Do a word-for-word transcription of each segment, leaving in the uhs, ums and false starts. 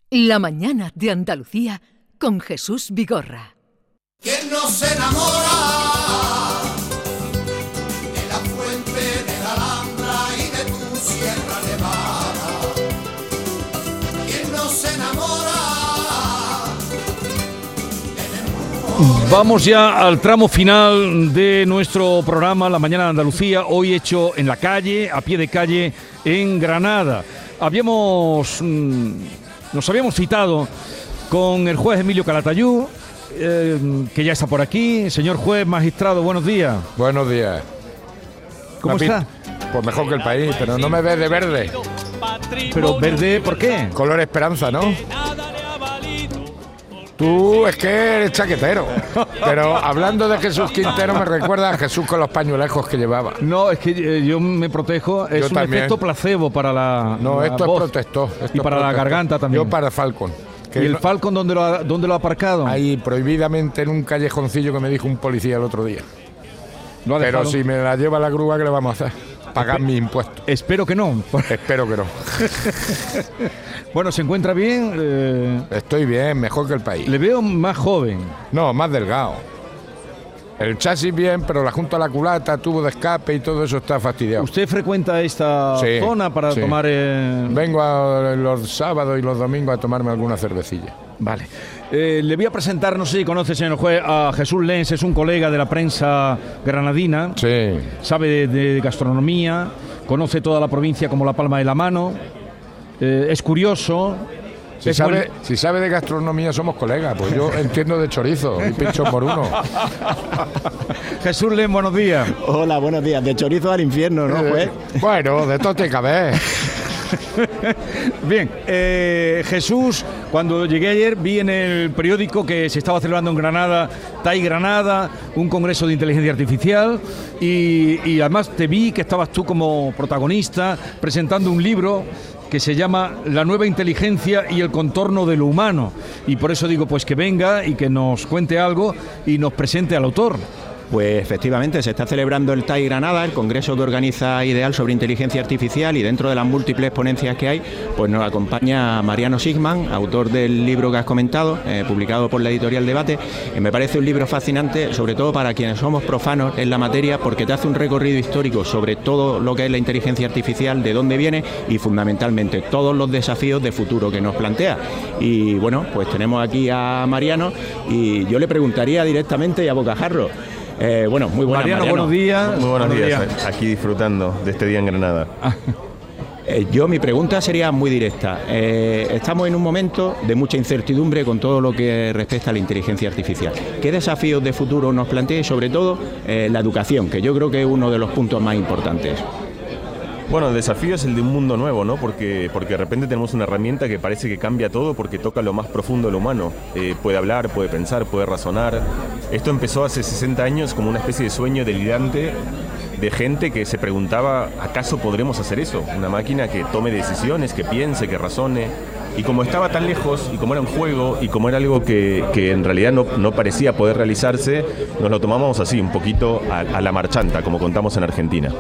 La mañana de Andalucía con Jesús Vigorra. ¿Quién no se enamora de la fuente de la Alhambra y de tu Sierra Nevada? ¿Quién no se enamora del amor? Vamos ya al tramo final de nuestro programa La Mañana de Andalucía, hoy hecho en la calle, a pie de calle, en Granada. Habíamos... Mmm, nos habíamos citado con el juez Emilio Calatayud, eh, que ya está por aquí. Señor juez, magistrado, buenos días. Buenos días. ¿Cómo Papi, está? Pues mejor que el país, pero no me ves de verde. Pero verde, ¿por qué? Color esperanza, ¿no? Tú es que eres chaquetero. Pero hablando de Jesús Quintero, me recuerda a Jesús con los pañuelejos que llevaba. No, es que eh, yo me protejo. Es Yo un también. efecto placebo para la No, la esto voz. es protector. Esto Y es para la protector. garganta también. Yo para Falcon. ¿Y el Falcon dónde lo ha, dónde lo ha aparcado? Ahí, prohibidamente, en un callejoncillo que me dijo un policía el otro día. ¿Lo ha Pero dejado? si me la lleva la grúa, ¿qué le vamos a hacer? Pagar mis impuestos. Espero que no. Espero que no. Bueno, ¿se encuentra bien? Eh, Estoy bien, mejor que el país. le veo más joven. No, más delgado. El chasis bien, pero la junta a la culata, tubo de escape y todo eso está fastidiado. ¿Usted frecuenta esta Sí, zona para sí. tomar...? Eh... Vengo a, los sábados y los domingos a tomarme alguna cervecilla. Vale. Eh, le voy a presentar, no sé si conoce, señor juez, a Jesús Lenz, es un colega de la prensa granadina. Sí. Sabe de, de gastronomía, conoce toda la provincia como la palma de la mano, eh, es curioso. Si es sabe, buen- si sabe de gastronomía somos colegas, pues yo entiendo de chorizo y pincho moruno. Jesús Lenz, buenos días. Hola, buenos días. De chorizo al infierno, ¿no, juez? Eh, bueno, de todo tiene que haber. Bien, eh, Jesús, cuando llegué ayer vi en el periódico que se estaba celebrando en Granada, T A I Granada, un congreso de inteligencia artificial y, y además te vi que estabas tú como protagonista presentando un libro que se llama La nueva inteligencia y el contorno de lo humano, y por eso digo pues que venga y que nos cuente algo y nos presente al autor. Pues efectivamente, se está celebrando el T A I Granada, el congreso que organiza Ideal sobre inteligencia artificial, y dentro de las múltiples ponencias que hay, pues nos acompaña Mariano Sigman, autor del libro que has comentado, eh, publicado por la editorial Debate, y me parece un libro fascinante, sobre todo para quienes somos profanos en la materia, porque te hace un recorrido histórico sobre todo lo que es la inteligencia artificial, de dónde viene y fundamentalmente todos los desafíos de futuro que nos plantea. Y bueno, pues tenemos aquí a Mariano y yo le preguntaría directamente y a bocajarro. Eh, bueno, muy buenas, Mariano, Mariano. buenos días. Muy buenos, días, aquí disfrutando de este día en Granada. Eh, yo, mi pregunta sería muy directa. Eh, estamos en un momento de mucha incertidumbre con todo lo que respecta a la inteligencia artificial. ¿Qué desafíos de futuro nos plantea y, sobre todo, eh, la educación, que yo creo que es uno de los puntos más importantes? Bueno, el desafío es el de un mundo nuevo, ¿no? Porque, porque de repente tenemos una herramienta que parece que cambia todo porque toca lo más profundo de lo humano. Eh, puede hablar, puede pensar, puede razonar. Esto empezó hace sesenta años como una especie de sueño delirante de gente que se preguntaba, ¿acaso podremos hacer eso? Una máquina que tome decisiones, que piense, que razone. Y como estaba tan lejos, y como era un juego, y como era algo que, que en realidad no, no parecía poder realizarse, nos lo tomamos así, un poquito a, a la marchanta, como contamos en Argentina.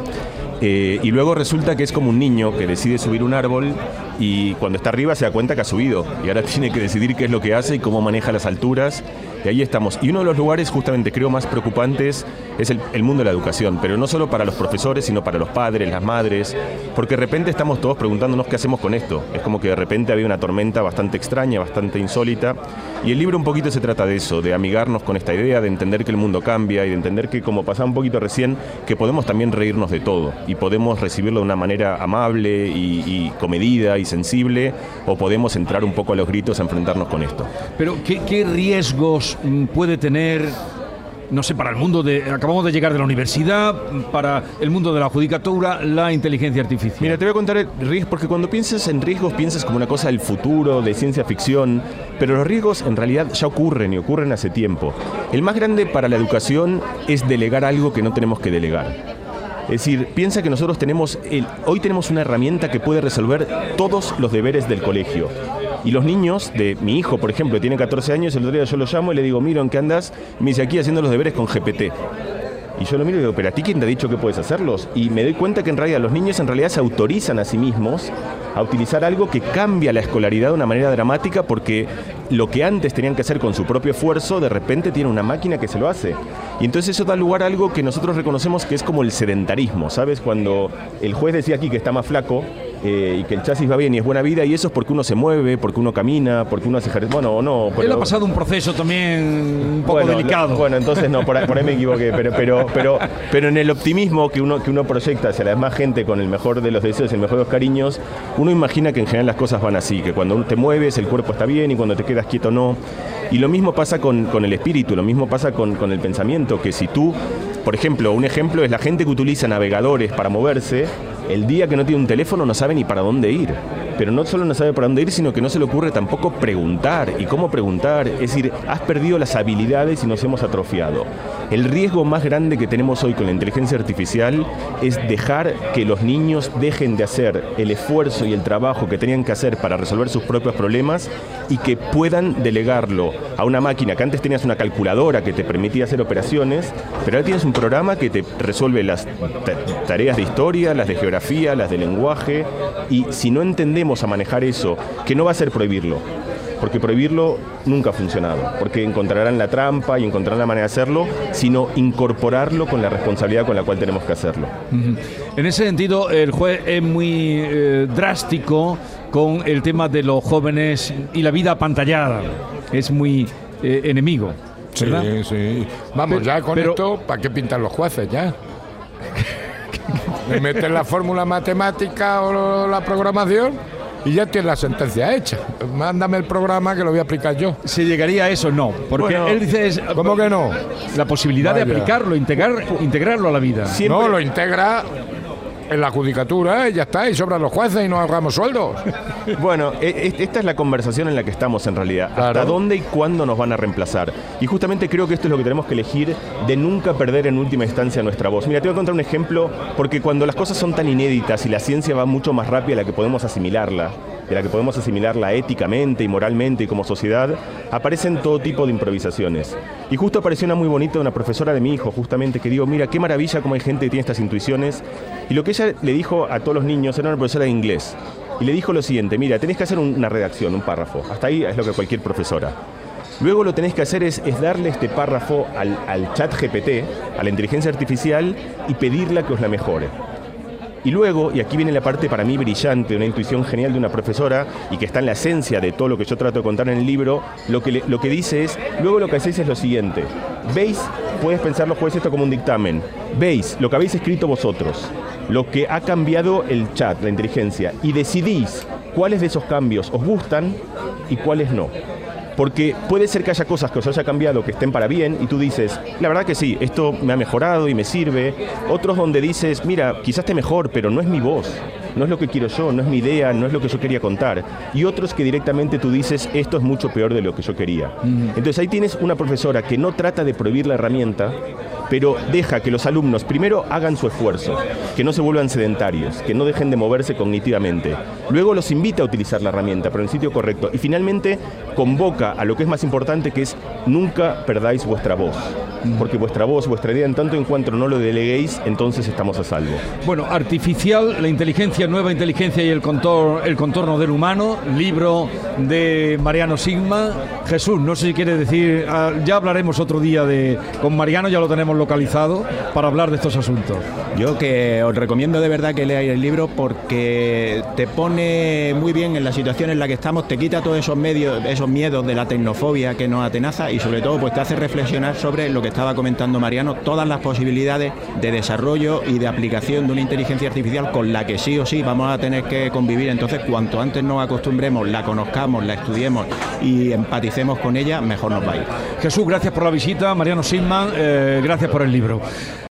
Eh, y luego resulta que es como un niño que decide subir un árbol y cuando está arriba se da cuenta que ha subido y ahora tiene que decidir qué es lo que hace y cómo maneja las alturas, y ahí estamos. Y uno de los lugares justamente creo más preocupantes es el, el mundo de la educación, pero no solo para los profesores sino para los padres, las madres, porque de repente estamos todos preguntándonos qué hacemos con esto. Es como que de repente había una tormenta bastante extraña, bastante insólita, y el libro un poquito se trata de eso, de amigarnos con esta idea, de entender que el mundo cambia y de entender que, como pasaba un poquito recién, que podemos también reírnos de todo y podemos recibirlo de una manera amable y, y comedida y sensible, o podemos entrar un poco a los gritos a enfrentarnos con esto. Pero ¿qué, qué riesgos mm, puede tener, no sé, para el mundo de... Acabamos de llegar de la universidad, para el mundo de la judicatura, la inteligencia artificial? Mira, te voy a contar el riesgo, porque cuando piensas en riesgos piensas como una cosa del futuro, de ciencia ficción, pero los riesgos en realidad ya ocurren y ocurren hace tiempo. El más grande para la educación es delegar algo que no tenemos que delegar. Es decir, piensa que nosotros tenemos, el, hoy tenemos una herramienta que puede resolver todos los deberes del colegio. Y los niños, de mi hijo, por ejemplo, tiene catorce años, el otro día yo lo llamo y le digo, mira, ¿en qué andas? Me dice, aquí haciendo los deberes con G P T. Y yo lo miro y digo, ¿pero a ti quién te ha dicho que puedes hacerlos? Y me doy cuenta que en realidad los niños en realidad se autorizan a sí mismos a utilizar algo que cambia la escolaridad de una manera dramática, porque lo que antes tenían que hacer con su propio esfuerzo, de repente tiene una máquina que se lo hace. Y entonces eso da lugar a algo que nosotros reconocemos que es como el sedentarismo, ¿sabes? Cuando el juez decía aquí que está más flaco, Eh, y que el chasis va bien y es buena vida, y eso es porque uno se mueve, porque uno camina, porque uno hace ejercicio, bueno, o no. Pero... Él ha pasado un proceso también un poco bueno, delicado. Lo, bueno, entonces no, por ahí, por ahí me equivoqué, pero, pero, pero, pero en el optimismo que uno, que uno proyecta hacia la demás gente con el mejor de los deseos y el mejor de los cariños, uno imagina que en general las cosas van así, que cuando te mueves el cuerpo está bien y cuando te quedas quieto no. Y lo mismo pasa con, con el espíritu, lo mismo pasa con, con el pensamiento, que si tú, por ejemplo, un ejemplo es la gente que utiliza navegadores para moverse. El día que no tiene un teléfono no sabe ni para dónde ir. Pero no solo no sabe para dónde ir, sino que no se le ocurre tampoco preguntar. ¿Y cómo preguntar? Es decir, has perdido las habilidades y nos hemos atrofiado. El riesgo más grande que tenemos hoy con la inteligencia artificial es dejar que los niños dejen de hacer el esfuerzo y el trabajo que tenían que hacer para resolver sus propios problemas y que puedan delegarlo a una máquina, que antes tenías una calculadora que te permitía hacer operaciones, pero ahora tienes un programa que te resuelve las tareas de historia, las de geografía, las de lenguaje, y si no entendemos a manejar eso, que no va a ser prohibirlo, porque prohibirlo nunca ha funcionado, porque encontrarán la trampa y encontrarán la manera de hacerlo, sino incorporarlo con la responsabilidad con la cual tenemos que hacerlo. Uh-huh. En ese sentido, el juez es muy eh, drástico con el tema de los jóvenes y la vida apantallada, es muy eh, enemigo, ¿verdad? Sí, sí. Vamos, ya con pero, esto, ¿para qué pintan los jueces ya? Me meten la fórmula matemática o la programación y ya tienes la sentencia hecha. Mándame el programa que lo voy a aplicar yo. ¿Se llegaría a eso? No, porque bueno, él dice... Es, ¿cómo que no? La posibilidad Vaya. de aplicarlo, integrar, integrarlo a la vida. Siempre. No, lo integra en la judicatura y ya está, y sobran los jueces y no hagamos sueldos. Bueno, esta es la conversación en la que estamos en realidad. Claro. ¿Hasta dónde y cuándo nos van a reemplazar? Y justamente creo que esto es lo que tenemos que elegir, de nunca perder en última instancia nuestra voz. Mira, te voy a contar un ejemplo, porque cuando las cosas son tan inéditas y la ciencia va mucho más rápida de la que podemos asimilarla, de la que podemos asimilarla éticamente y moralmente y como sociedad, aparecen todo tipo de improvisaciones. Y justo apareció una muy bonita, una profesora de mi hijo, justamente, que digo, mira, qué maravilla cómo hay gente que tiene estas intuiciones. Y lo que ella le dijo a todos los niños, era una profesora de inglés, y le dijo lo siguiente: mira, tenés que hacer una redacción, un párrafo. Hasta ahí es lo que cualquier profesora. Luego lo tenés que hacer es, es darle este párrafo al, al chat G P T, a la inteligencia artificial, y pedirle que os la mejore. Y luego, y aquí viene la parte para mí brillante, una intuición genial de una profesora, y que está en la esencia de todo lo que yo trato de contar en el libro, lo que, le, lo que dice es, luego lo que hacéis es lo siguiente: veis, puedes pensarlo, jueves, esto como un dictamen, veis lo que habéis escrito vosotros, lo que ha cambiado el chat, la inteligencia, y decidís cuáles de esos cambios os gustan y cuáles no. Porque puede ser que haya cosas que os haya cambiado que estén para bien y tú dices, la verdad que sí, esto me ha mejorado y me sirve. Otros donde dices, mira, quizás esté mejor, pero no es mi voz, no es lo que quiero yo, no es mi idea, no es lo que yo quería contar. Y otros que directamente tú dices, esto es mucho peor de lo que yo quería. Mm. Entonces ahí tienes una profesora que no trata de prohibir la herramienta, pero deja que los alumnos primero hagan su esfuerzo, que no se vuelvan sedentarios, que no dejen de moverse cognitivamente. Luego los invita a utilizar la herramienta, pero en el sitio correcto. Y finalmente convoca a lo que es más importante, que es nunca perdáis vuestra voz. Porque vuestra voz, vuestra idea, en tanto en cuanto no lo deleguéis, entonces estamos a salvo. Bueno, Artificial, la inteligencia, nueva inteligencia y el contorno, el contorno del humano, libro de Mariano Sigman. Jesús, no sé si quieres decir, ya hablaremos otro día de con Mariano, ya lo tenemos localizado para hablar de estos asuntos. Yo que os recomiendo de verdad que leáis el libro, porque te pone muy bien en la situación en la que estamos, te quita todos esos medios, esos miedos de la tecnofobia que nos atenaza, y sobre todo pues te hace reflexionar sobre lo que estaba comentando Mariano, todas las posibilidades de desarrollo y de aplicación de una inteligencia artificial con la que sí o sí vamos a tener que convivir. Entonces, cuanto antes nos acostumbremos, la conozcamos, la estudiemos y empaticemos con ella, mejor nos va a ir. Jesús, gracias por la visita. Mariano Sigman, eh, gracias por el libro.